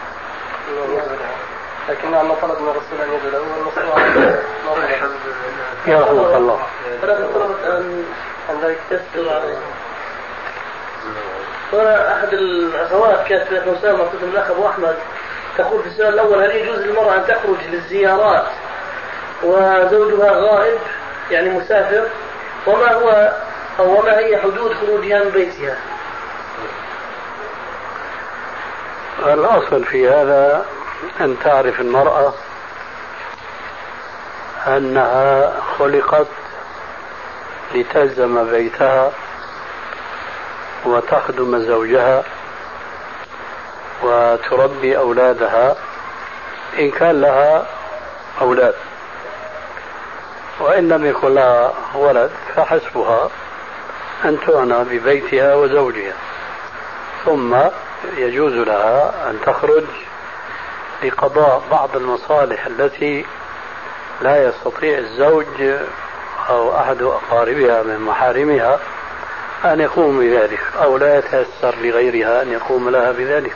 لكن عندما طلب من الرسول أن يدعو له المشروع يا رحمة الله. فلكن طلبت أن أن ذلك تستر عليه. هنا أحد الأخوات كانت في مسامة قسم الأخ أبو أحمد تقول في السؤال الأول هل يجوز للمرأة أن تخرج للزيارات وزوجها غائب يعني مسافر وما هو أو وما هي حدود خروجها من بيتها؟ الأصل في هذا أن تعرف المرأة أنها خلقت لتلزم بيتها وتخدم زوجها وتربي أولادها إن كان لها أولاد، وإن لم يكن لها ولد فحسبها أن تعنى ببيتها وزوجها، ثم يجوز لها أن تخرج لقضاء بعض المصالح التي لا يستطيع الزوج أو أحد أقاربها من محارمها أن يقوم بذلك أو لا يتيسر لغيرها أن يقوم لها بذلك.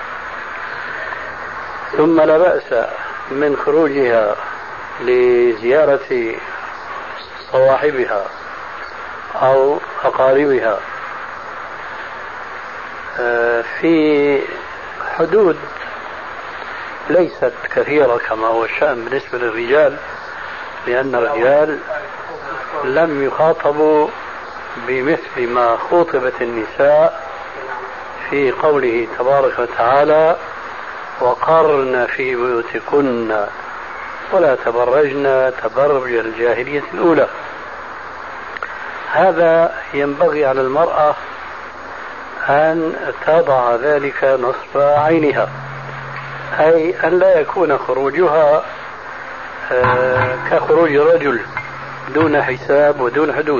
ثم لا بأس من خروجها لزيارة صواحبها أو أقاربها في حدود ليست كثيرة كما هو الشأن بالنسبة للرجال، لأن الرجال لم يخاطبوا بمثل ما خوطبت النساء في قوله تبارك وتعالى: وقرن في بيوتكن ولا تبرجن تبرج الجاهلية الأولى. هذا ينبغي على المرأة أن تضع ذلك نصب عينها، أي أن لا يكون خروجها كخروج الرجل دون حساب ودون حدود،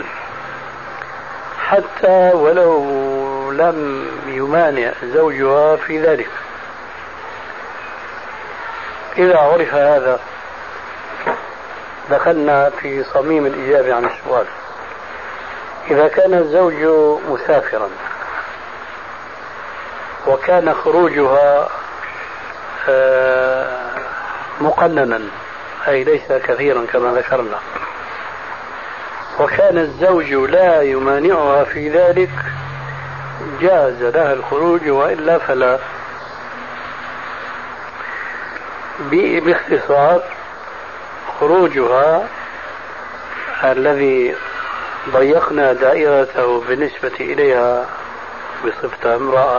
حتى ولو لم يمانع زوجها في ذلك. إذا عرف هذا دخلنا في صميم الإجابة عن السؤال. إذا كان الزوج مسافرا وكان خروجها مقننا أي ليس كثيرا كما ذكرنا، وكان الزوج لا يمانعها في ذلك، جاز لها الخروج، وإلا فلا. باختصار خروجها الذي ضيقنا دائرته بالنسبة إليها بصفتها امرأة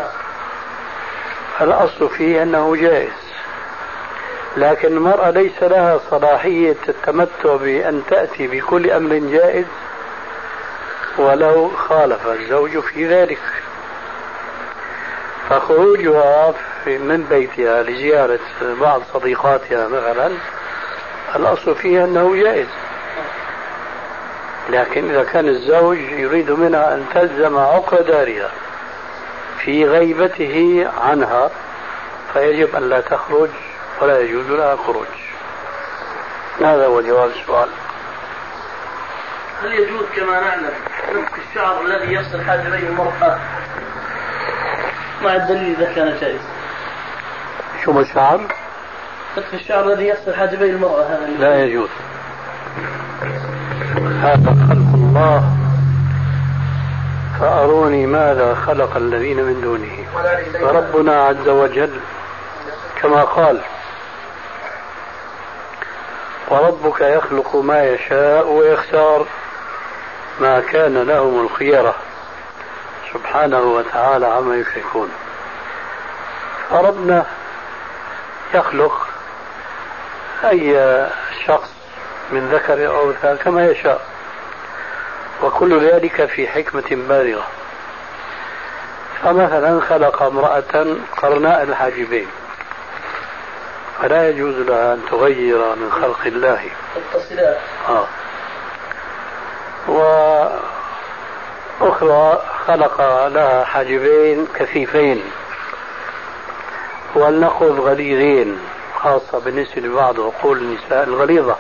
الأصل فيه أنه جائز، لكن المرأة ليس لها صلاحية التمتع بأن تأتي بكل أمر جائز ولو خالف الزوج في ذلك. فخروجها من بيتها لزيارة بعض صديقاتها مثلا الأصل فيه أنه جائز، لكن إذا كان الزوج يريد منها أن تلزم عقر دارها في غيبته عنها فيجب أن لا تخرج ولا يجوز لها خروج. هذا هو جواب السؤال. هل يجوز كما نعلم نفك الشعر الذي يصل حاجبي المرأة مع الدليل إذا كان جائز؟ شو ما الشعر؟ نفك الشعر الذي يصل حاجبي المرأة هذا لا يجوز، هذا خلق الله، فأروني ماذا خلق الذين من دونه. فربنا عز وجل كما قال: وربك يخلق ما يشاء ويختار ما كان لهم الخيرة سبحانه وتعالى عما يشركون. فربنا يخلق أي شخص من ذكر أو أنثى كما يشاء، وكل ذلك في حكمة بالغة. فمثلا خلق امرأة قرناء الحاجبين فلا يجوز لها أن تغير من خلق الله. آه. وأخرى خلق لها حاجبين كثيفين ولنقل غليظين، خاصة بالنسبة لبعض عقول النساء الغليظة،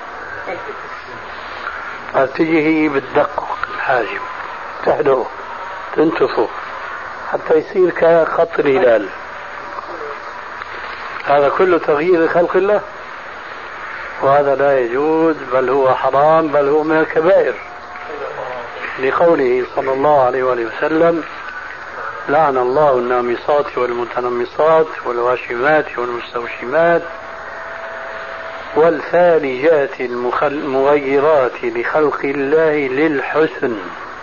فتجي هي بتدقق الحاجب تحدقه تنتفه حتى يصير كخط الهلال. هذا كله تغيير خلق الله، وهذا لا يجوز، بل هو حرام، بل هو من الكبائر، لقوله صلى الله عليه وآله وسلم: لعن الله النامصات والمتنمصات والواشمات والمستوشمات والفالجات المغيرات لخلق الله للحسن.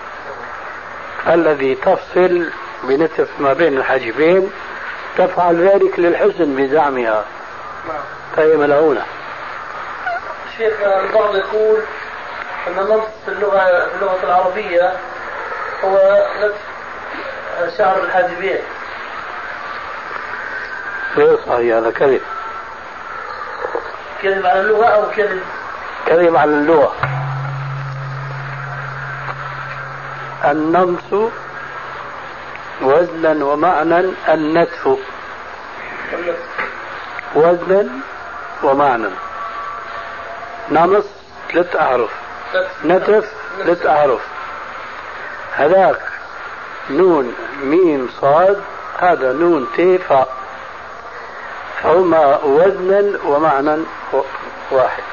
الذي تفصل بنتف ما بين الحاجبين تفعل ذلك للحسن بزعمها، فهي ملعونة. شيخ البعض يقول أن نص اللغة اللغة العربية هو نفس شعر الحاجبين. غير صحيح، هذا كذب. كذب على اللغة أو كذب؟ كذب على اللغة. النمس وزنا ومعنى، النتف وزنا ومعنى. نمص ثلاث أحرف، نتف ثلاث أحرف. هذاك نون ميم صاد هذا نون تي فاء، فهما وزنا ومعنى واحد.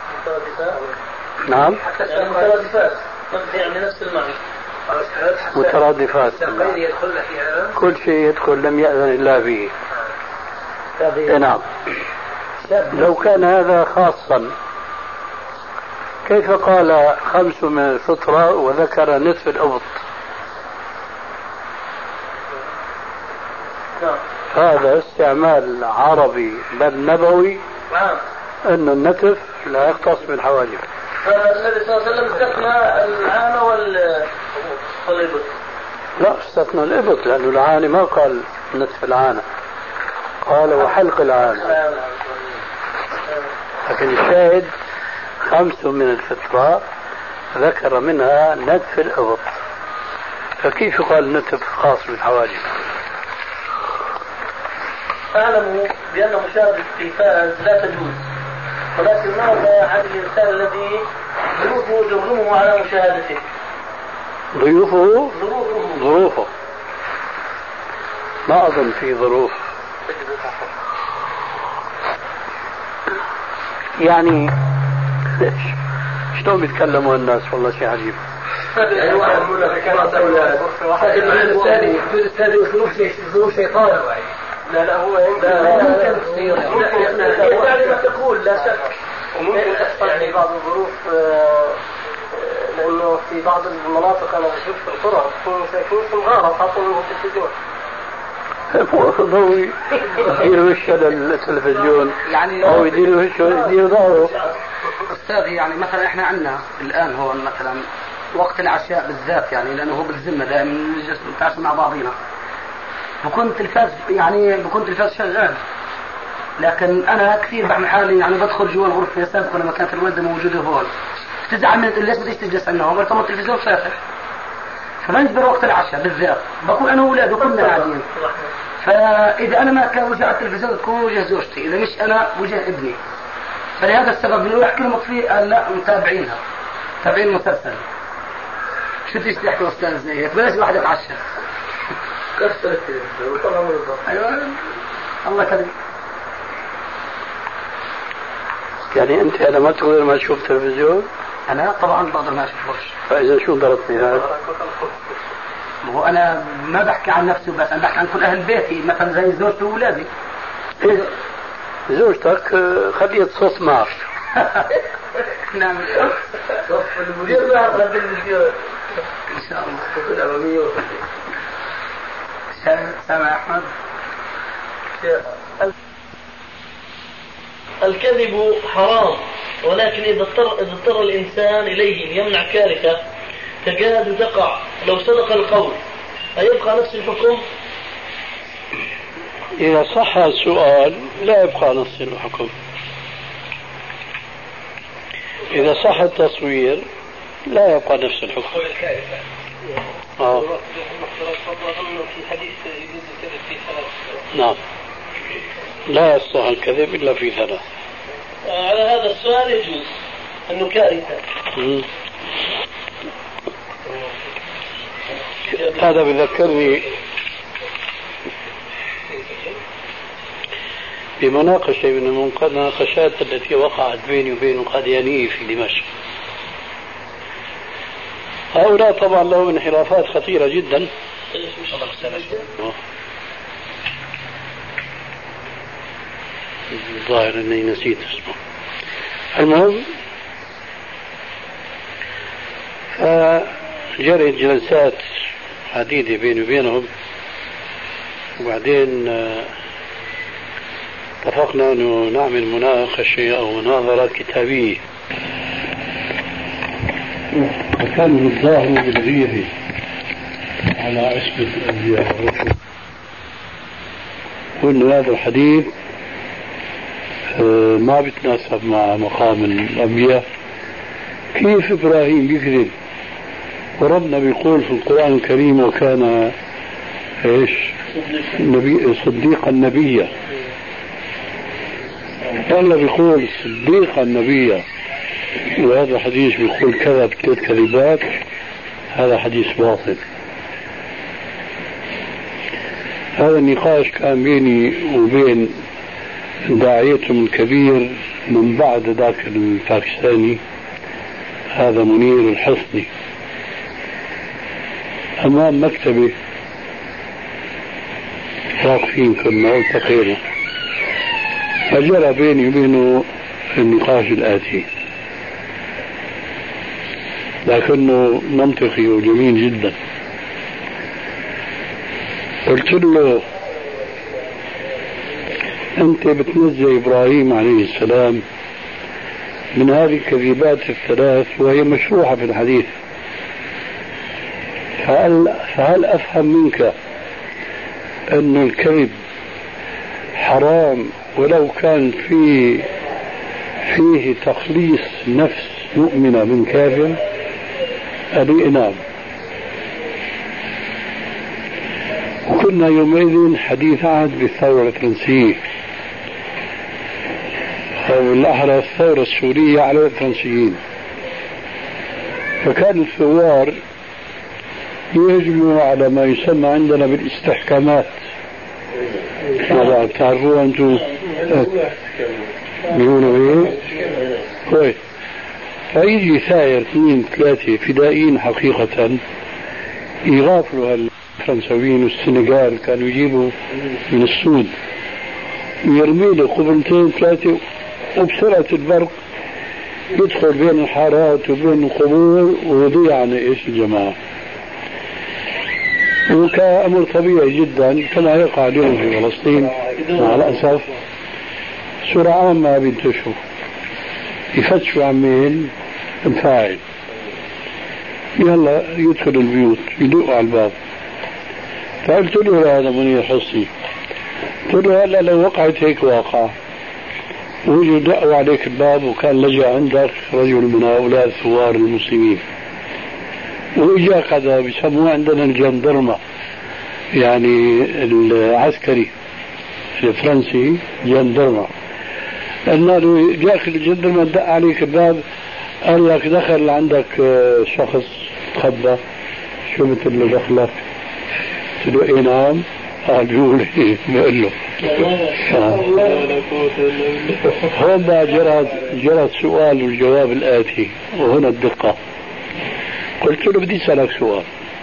نعم مترادفات يعني نفس المعنى. مترادفات كل شيء يدخل لم يأذن الله به. نعم. لو كان هذا خاصا كيف قال خمس من الفطرة وذكر نصف الأبط؟ هذا استعمال عربي بل نبوي أن النتف لا يختص بالحواجب. فالنبي صلى الله عليه وسلم استثنى العانة والإبط. لا استثنى الإبط لأنه العانة ما قال نتف العانة، قال وحلق العانة. لكن الشاهد خمس من الفطرة ذكر منها نتف الإبط، فكيف قال نتف خاص بالحواجب؟ أعلم بأن مشاهدة التلفاز لا تجوز، ولكن ماذا عن الإنسان الذي ظروفه تغلمه على مشاهدته؟ ضيوفه ظروفه ما أظن في ظروف يعني شلون بيتكلموا الناس؟ والله شيء عجيب. ظروف شيطان. لا لا هو يعني ما تقول لا شك وممكن تحصل يعني بعض الظروف، لأنه في بعض المناطق أنا بشوف في القرى تكون ساكنين في مغارة وحاطين التلفزيون. ضوي يدير وشه للتلفزيون يعني أو يدير وشه يدير ظهره. أستاذي يعني مثلا إحنا عندنا الآن هو مثلا وقت العشاء بالذات يعني لأنه هو بالذمة دائما نجلس نتعشى مع بعضينا، بكون تلفاز يعني بكون تلفاز شغال، لكن أنا كثير بعمل حالي يعني بدخل جوا الغرفة يا سابق لما كانت الوالدة موجودة هون تزعل من ليش بديش تجلس عندنا هون طبعا التلفزيون فاتح، فبنجبر وقت العشاء بالذات بكون أنا وأولاد وكلنا قاعدين، فإذا أنا ما كان وجه على التلفزيون تكون وجه زوجتي، إذا مش أنا وجه ابني، فلهذا السبب بنروح كلمة فيه قال لا متابعينها متابعين المسلسل. شو بديش تحكي أستاذ زي هيك بلاش واحد يتعشى كسر التلفزيون وطلع من الضغط. أيوة الله كريم. يعني أنت أنا ما تقدر ما تشوف تلفزيون؟ أنا طبعا بقدر ما أشوفوش. فإذا شو ضربتني هذا؟ هو أنا ما بحكي عن نفسي بس أنا بحكي عن كل أهل بيتي مثلا زي زوجتي وأولادي. إيه؟ زوجتك خليها تصص معك. نعم. صف المدير ما قبل المدير. إن شاء الله. كل الأمامية وكل. سامع أحمد. الكذب حرام، ولكن إذا اضطر إذا اضطر الإنسان إليه ليمنع كارثة تكاد تقع لو صدق القول أيبقى نفس الحكم؟ إذا صح السؤال لا يبقى نفس الحكم. إذا صح التصوير لا يبقى نفس الحكم. آه. نعم لا يصح الكذب إلا في ثلاث. على هذا السؤال يجوز أنه كارثة. هذا بذكرني بمناقشة من المناقشات التي وقعت بيني وبين القاديانية في دمشق. هؤلاء طبعا لهم انحرافات خطيرة جدا. الظاهر اني نسيت اسمه. المهم فجرت جلسات عديدة بيني وبينهم، وبعدين اتفقنا انه نعمل مناقشة او مناظرة كتابية. وكان الظاهر بالغيرة على عصمة الأنبياء والرسل، وإن هذا الحديث ما بيتناسب مع مقام الأنبياء. كيف إبراهيم بيكذب وربنا بيقول في القرآن الكريم وكان إيش نبي صديقا نبيا، الله بيقول صديقا نبيا، وهذا الحديث بيقول كذب ثلاث كذبات، هذا حديث باطل. هذا النقاش كان بيني وبين داعيتهم الكبير من بعد ذاك الباكستاني، هذا منير الحصني، أمام مكتبه واقفين كنا والتقينا، فجرى بيني وبينه النقاش الآتي، لكنه منطقي وجميل جدا. قلت له: أنت بتنزل إبراهيم عليه السلام من هذه الكذبات الثلاث وهي مشروحة في الحديث، فهل, فهل أفهم منك أن الكذب حرام ولو كان فيه, فيه تخليص نفس مؤمنة من كافر؟ أبي نعم. وكنا يومئذ حديث عهد بالثورة الفرنسية، أو الأحرى الثورة السورية على الفرنسيين، فكان الثوار يهجموا على ما يسمى عندنا بالاستحكامات. تعرفوا أنتم بيقولوا إيه؟ كويس. فيجي ثائر اثنين ثلاثة فدائيين حقيقة يغافلوا الفرنساويين والسنغال، كانوا يجيبوا من السود ويرمي له قبلتين ثلاثة وبسرعة البرق يدخل بين الحارات وبين القبور ويضيع عن ايش الجماعة. وكأمر طبيعي جدا كما يقع اليوم في فلسطين مع الأسف، سرعان ما بينتشروا يفتشوا عن مين الفاعل، يلا يدخل البيوت يدقوا على الباب. فقلت له هذا منير حصني، قلت له هلا لو وقعت هيك واقع ويجوا دقوا عليك الباب وكان لجأ عندك رجل من هؤلاء الثوار المسلمين وإجاك هذا بيسموه عندنا الجندرمة، يعني العسكري الفرنسي جندرمة، قالنا جاك الجندرمة دق عليك الباب قال لك دخل عندك شخص تخبى، شو مثل له دخلك؟ قلت له ايه نعم. قال بيقول ايه؟ بقول له هون بقى جرت جرت سؤال والجواب الآتي، وهنا الدقة. قلت له بدي اسألك سؤال،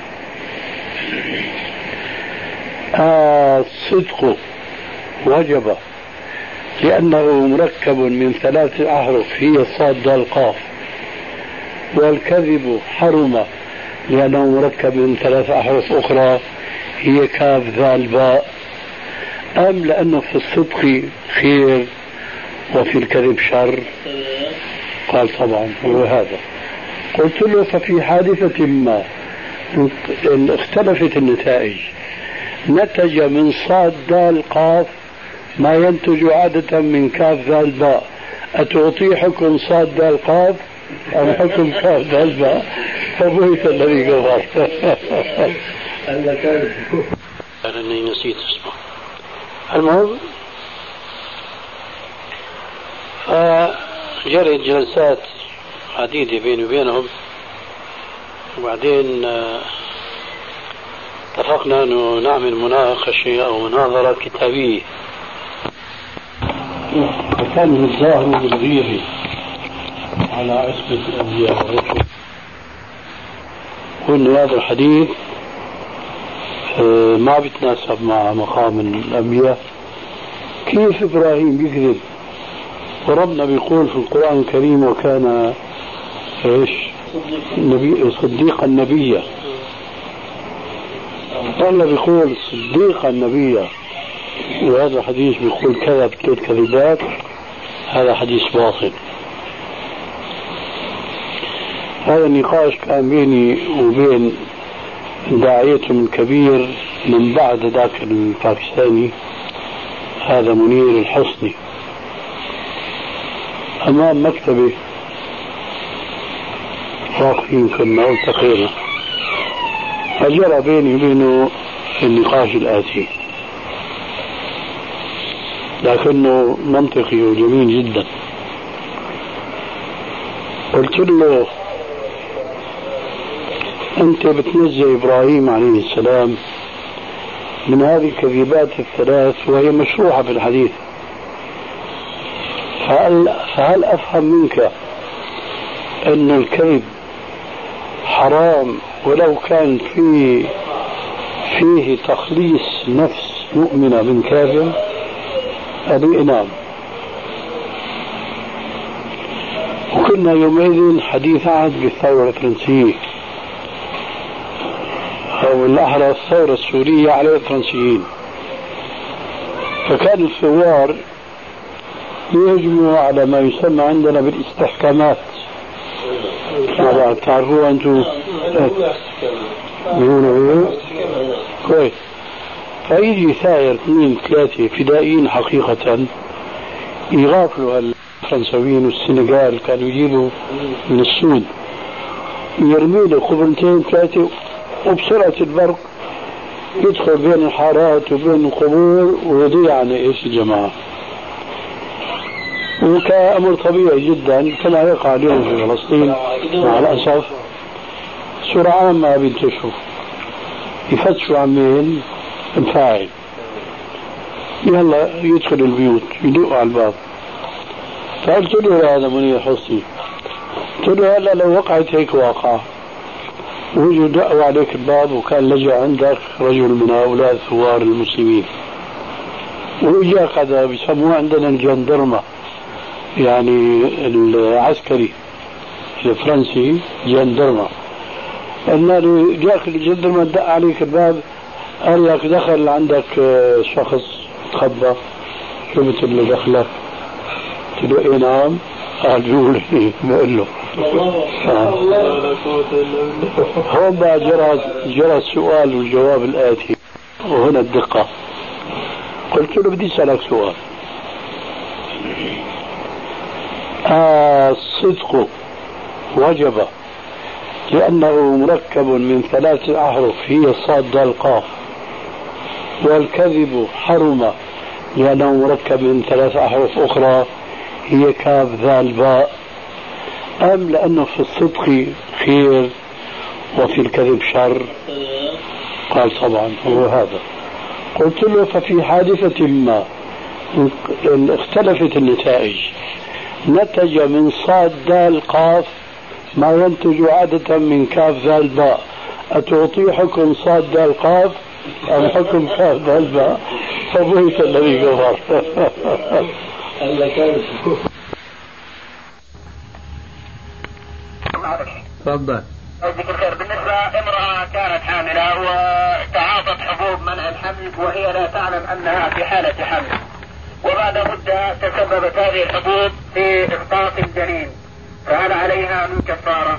الصدق وجب لأنه مركب من ثلاث أحرف هي الصاد دال قاف، والكذب حرم لأنه مركب من ثلاث أحرف أخرى هي كاف ذال باء، أم لأنه في الصدق خير وفي الكذب شر؟ قال طبعا هو هذا. قلت له ففي حادثة ما اختلفت النتائج، نتج من صاد دال قاف ما ينتج عادة من كاف ذال باء، أتعطي حكم صاد دال قاف أم حكم كاف ذال باء؟ فبويت الذي قبر أنني نسيت اسمه. المهم فجرت جلسات عديدة بيني وبينهم، وبعدين اتفقنا أنه نعمل مناقشة أو مناظرة كتابية. وكان الظاهر بالغير على عصمة الأنبياء والرسل، وأن هذا الحديث ما بيتناسب مع مقام الأنبياء. كيف إبراهيم بيكذب وربنا بيقول في القرآن الكريم وكان إيش نبي صديقا نبيا، الله بيقول صديقا نبيا، وهذا الحديث بيقول كذب ثلاث كذبات، هذا حديث باطل. هذا النقاش كان بيني وبين داعيتهم الكبير من بعد ذاك الباكستاني، هذا منير الحصني، أمام مكتبه واقفين كنا والتقينا، فجرى بيني وبينه النقاش الآتي، لكنه منطقي وجميل جدا. قلت له أنت بتنزل إبراهيم عليه السلام من هذه الكذبات الثلاث وهي مشروعة في الحديث. فهل, فهل أفهم منك أن الكذب حرام ولو كان فيه, فيه تخليص نفس مؤمنة من كافر؟ أبي نعم. وكنا يومئذ حديث عهد بالثورة الفرنسية أو بالأحرى الثورة السورية على الفرنسيين. فكان الثوار يهجموا على ما يسمى عندنا بالاستحكامات. تعرفوا أنتم يقولوا كويس. فيجي ثائر اثنين ثلاثة فدائيين حقيقة يغافلوا الفرنسويين والسنغال كانوا يجيبوا من السود يرمي له قبلتين ثلاثة وبسرعة البرق يدخل بين الحارات وبين القبور ويضيع عن ايش الجماعة. وكأمر طبيعي جدا كما يقع اليوم في فلسطين مع الأسف. سرعان ما بينتشروا يفتشوا عن مين الفاعل، يلا يدخل البيوت يدقوا على الباب. فقلت له هذا منير حسني، قلت له هلا لو وقعت هيك واقعة ويجوا دقوا عليك الباب وكان لجأ عندك رجل من هؤلاء الثوار المسلمين وإجاك هذا بيسموه عندنا الجندرمة، يعني العسكري الفرنسي جندرمة، قلنا له جاك الجندرمة دق عليك الباب قال لك دخل عندك شخص تخبى، شو بتقول له دخلك؟ قلت له ايه نعم. قال بيقول ايه؟ بقول له هون بقى جرى جرى السؤال والجواب الآتي وهنا الدقة. قلت له بدي اسألك سؤال، آه الصدق وجب لأنه مركب من ثلاث أحرف هي صاد دال قاف، والكذب حرم لأنه مركب من ثلاث أحرف أخرى هي كاف ذال باء، أم لأنه في الصدق خير وفي الكذب شر؟ قال طبعا هو هذا. قلت له ففي حادثة ما اختلفت النتائج نتج من صاد دال قاف ما ينتج عادة من كاف ذال باء، أتعطي حكم صاد دال قاف أم حكم كاف ذال باء؟ فبهت الذي كفر. تفضل. بالنسبة امرأة كانت حاملة وتعاطت حبوب منع الحمل وهي لا تعلم أنها في حالة حمل، وبعد مدة تسببت هذه الحبوب في إسقاط الجنين، فهل عليها من كفارة؟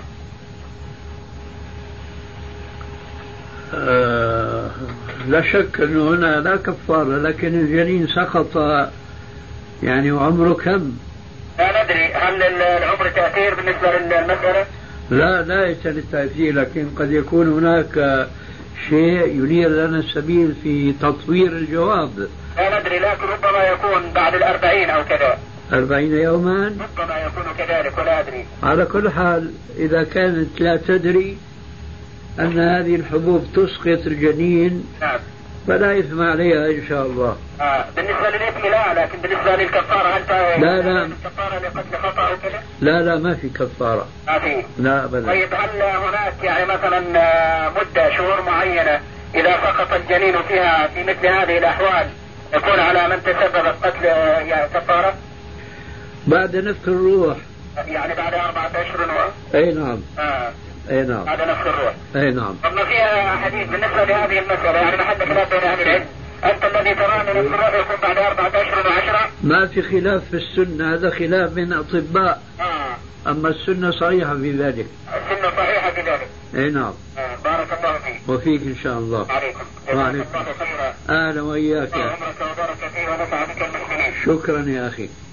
آه لا شك أنه هنا لا كفارة، لكن الجنين سقط يعني وعمره كم؟ لا ندري هل العمر تأثير بالنسبة للمسألة؟ لا ليس للتأثير، لكن قد يكون هناك شيء ينير لنا السبيل في تطوير الجواب. لا ندري، لكن ربما يكون بعد الأربعين أو كذا. أربعين يوما ربما يكون كذلك ولا أدري. على كل حال إذا كانت لا تدري أن هذه الحبوب تسقط الجنين نعم فلا إثم عليها إن شاء الله. آه. بالنسبة للإثم لا، لكن بالنسبة للكفارة هل لا لا الكفارة لقتل خطأ أو كذا؟ لا لا ما في كفارة. ما في. لا أبدا. طيب هل هناك يعني مثلا مدة شهور معينة إذا سقط الجنين فيها في مثل هذه الأحوال يكون على من تسبب القتل يعني كفارة؟ بعد نفخ الروح. يعني بعد أربعة أشهر و... أي نعم. آه. أي نعم. بعد نفخ الروح. أي نعم. ثم فيها حديث بالنسبة لهذه المسألة يعني محل خلاف بين أهل العلم، أنت الذي ترى من نفخ الروح يكون بعد أربعة أشهر وعشرة؟ ما في خلاف في السنة، هذا خلاف بين أطباء. آه. أما السنة صحيحة في ذلك. السنة صحيحة في ذلك. أي نعم. آه. بارك الله فيك. وفيك إن شاء الله. عليكم. وعليكم. أهلا وإياك. عمرك وبارك فيه ونفع بك المسلمين. شكرا يا أخي.